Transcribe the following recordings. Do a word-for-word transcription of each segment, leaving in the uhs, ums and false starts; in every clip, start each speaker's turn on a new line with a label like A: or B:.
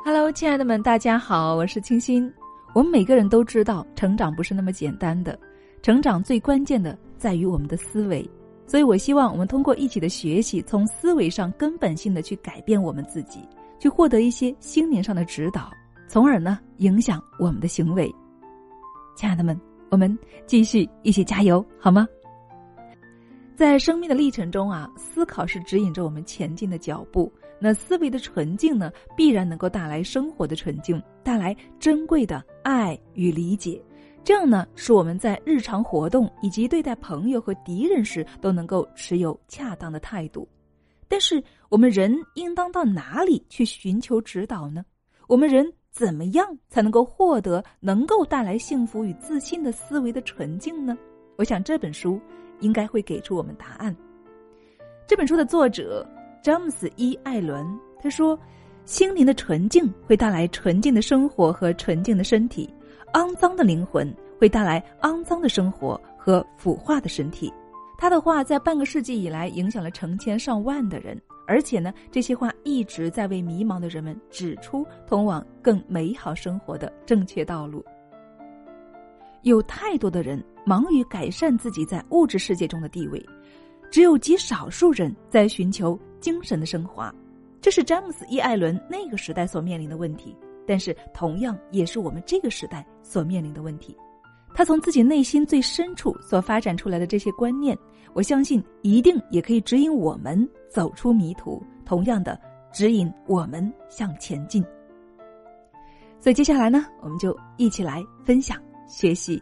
A: Hello， 亲爱的们，大家好，我是清新。我们每个人都知道，成长不是那么简单的，成长最关键的在于我们的思维。所以我希望我们通过一起的学习，从思维上根本性的去改变我们自己，去获得一些心灵上的指导，从而呢影响我们的行为。亲爱的们，我们继续一起加油，好吗？在生命的历程中啊，思考是指引着我们前进的脚步。那思维的纯净呢，必然能够带来生活的纯净，带来珍贵的爱与理解。这样呢，使我们在日常活动以及对待朋友和敌人时都能够持有恰当的态度。但是我们人应当到哪里去寻求指导呢？我们人怎么样才能够获得能够带来幸福与自信的思维的纯净呢？我想这本书应该会给出我们答案。这本书的作者詹姆斯·伊·艾伦他说，心灵的纯净会带来纯净的生活和纯净的身体，肮脏的灵魂会带来肮脏的生活和腐化的身体。他的话在半个世纪以来影响了成千上万的人，而且呢，这些话一直在为迷茫的人们指出通往更美好生活的正确道路。有太多的人忙于改善自己在物质世界中的地位，只有极少数人在寻求精神的升华。这是詹姆斯·伊·艾伦那个时代所面临的问题，但是同样也是我们这个时代所面临的问题。他从自己内心最深处所发展出来的这些观念，我相信一定也可以指引我们走出迷途，同样的指引我们向前进。所以接下来呢，我们就一起来分享学习。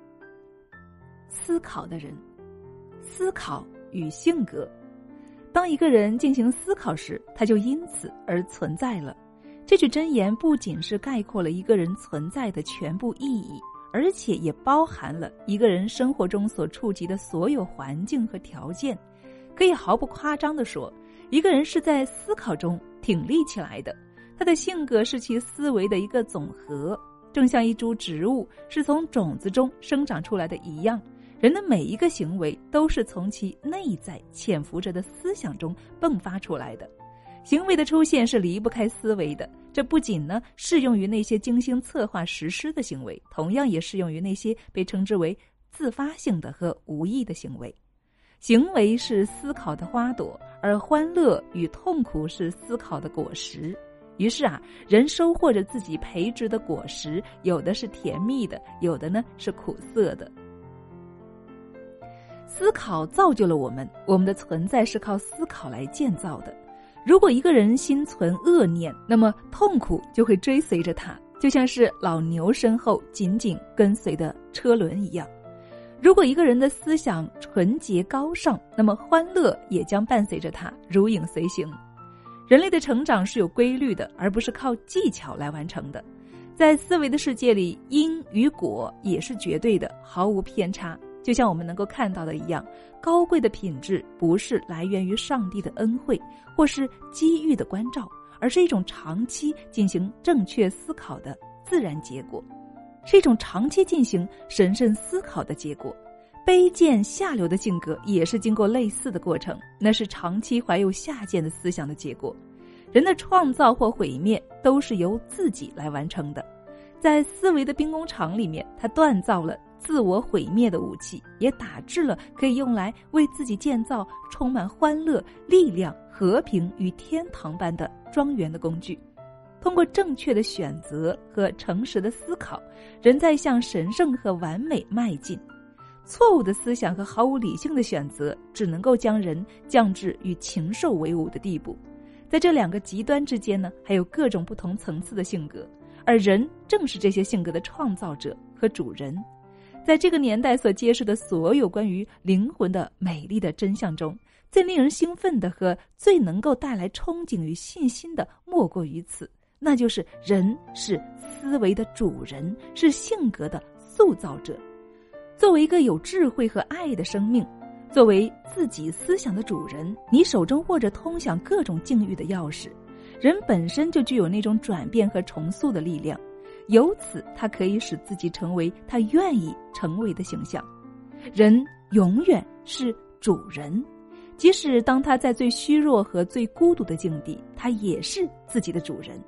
A: 思考的人，思考与性格。当一个人进行思考时，他就因此而存在了。这句箴言不仅是概括了一个人存在的全部意义，而且也包含了一个人生活中所触及的所有环境和条件。可以毫不夸张地说，一个人是在思考中挺立起来的，他的性格是其思维的一个总和，正像一株植物是从种子中生长出来的一样，人的每一个行为都是从其内在潜伏着的思想中迸发出来的。行为的出现是离不开思维的，这不仅呢适用于那些精心策划实施的行为，同样也适用于那些被称之为自发性的和无意的行为。行为是思考的花朵，而欢乐与痛苦是思考的果实。于是啊，人收获着自己培植的果实，有的是甜蜜的，有的呢是苦涩的。思考造就了我们，我们的存在是靠思考来建造的。如果一个人心存恶念，那么痛苦就会追随着他，就像是老牛身后紧紧跟随的车轮一样。如果一个人的思想纯洁高尚，那么欢乐也将伴随着他，如影随形。人类的成长是有规律的，而不是靠技巧来完成的。在思维的世界里，因与果也是绝对的，毫无偏差。就像我们能够看到的一样，高贵的品质不是来源于上帝的恩惠或是机遇的关照，而是一种长期进行正确思考的自然结果，是一种长期进行审慎思考的结果。卑贱下流的性格也是经过类似的过程，那是长期怀有下贱的思想的结果。人的创造或毁灭都是由自己来完成的。在思维的兵工厂里面，他锻造了自我毁灭的武器，也打制了可以用来为自己建造充满欢乐、力量、和平与天堂般的庄园的工具。通过正确的选择和诚实的思考，人在向神圣和完美迈进。错误的思想和毫无理性的选择只能够将人降至与禽兽为伍的地步。在这两个极端之间呢，还有各种不同层次的性格，而人正是这些性格的创造者和主人。在这个年代所揭示的所有关于灵魂的美丽的真相中，最令人兴奋的和最能够带来憧憬与信心的莫过于此，那就是人是思维的主人，是性格的塑造者。作为一个有智慧和爱的生命，作为自己思想的主人，你手中握着通向各种境遇的钥匙。人本身就具有那种转变和重塑的力量，由此他可以使自己成为他愿意成为的形象。人永远是主人，即使当他在最虚弱和最孤独的境地，他也是自己的主人。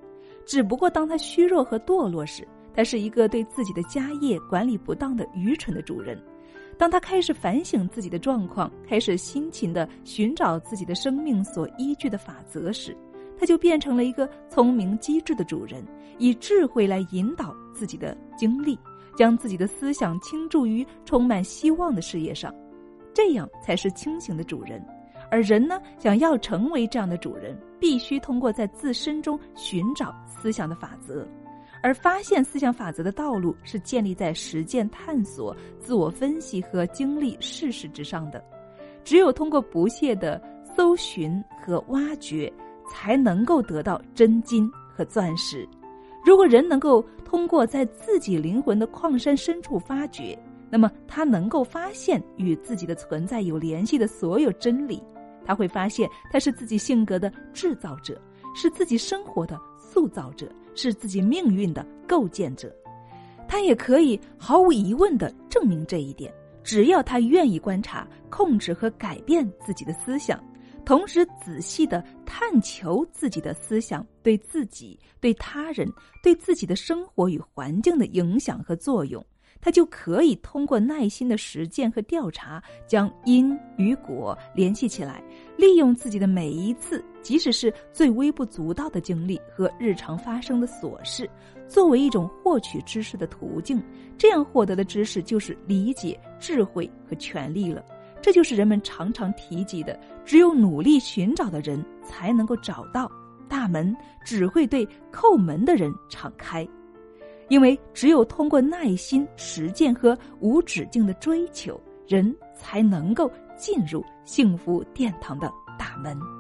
A: 只不过当他虚弱和堕落时，他是一个对自己的家业管理不当的愚蠢的主人。当他开始反省自己的状况，开始辛勤地寻找自己的生命所依据的法则时，他就变成了一个聪明机智的主人，以智慧来引导自己的精力，将自己的思想倾注于充满希望的事业上。这样才是清醒的主人。而人呢，想要成为这样的主人，必须通过在自身中寻找思想的法则。而发现思想法则的道路是建立在实践探索、自我分析和经历事实之上的。只有通过不懈的搜寻和挖掘，才能够得到真金和钻石。如果人能够通过在自己灵魂的矿山深处发掘，那么他能够发现与自己的存在有联系的所有真理。他会发现他是自己性格的制造者，是自己生活的塑造者，是自己命运的构建者。他也可以毫无疑问地证明这一点，只要他愿意观察、控制和改变自己的思想，同时仔细地探求自己的思想对自己、对他人、对自己的生活与环境的影响和作用，他就可以通过耐心的实践和调查，将因与果联系起来，利用自己的每一次即使是最微不足道的经历和日常发生的琐事，作为一种获取知识的途径。这样获得的知识就是理解、智慧和权利了。这就是人们常常提及的，只有努力寻找的人才能够找到，大门只会对叩门的人敞开。因为只有通过耐心、实践和无止境的追求，人才能够进入幸福殿堂的大门。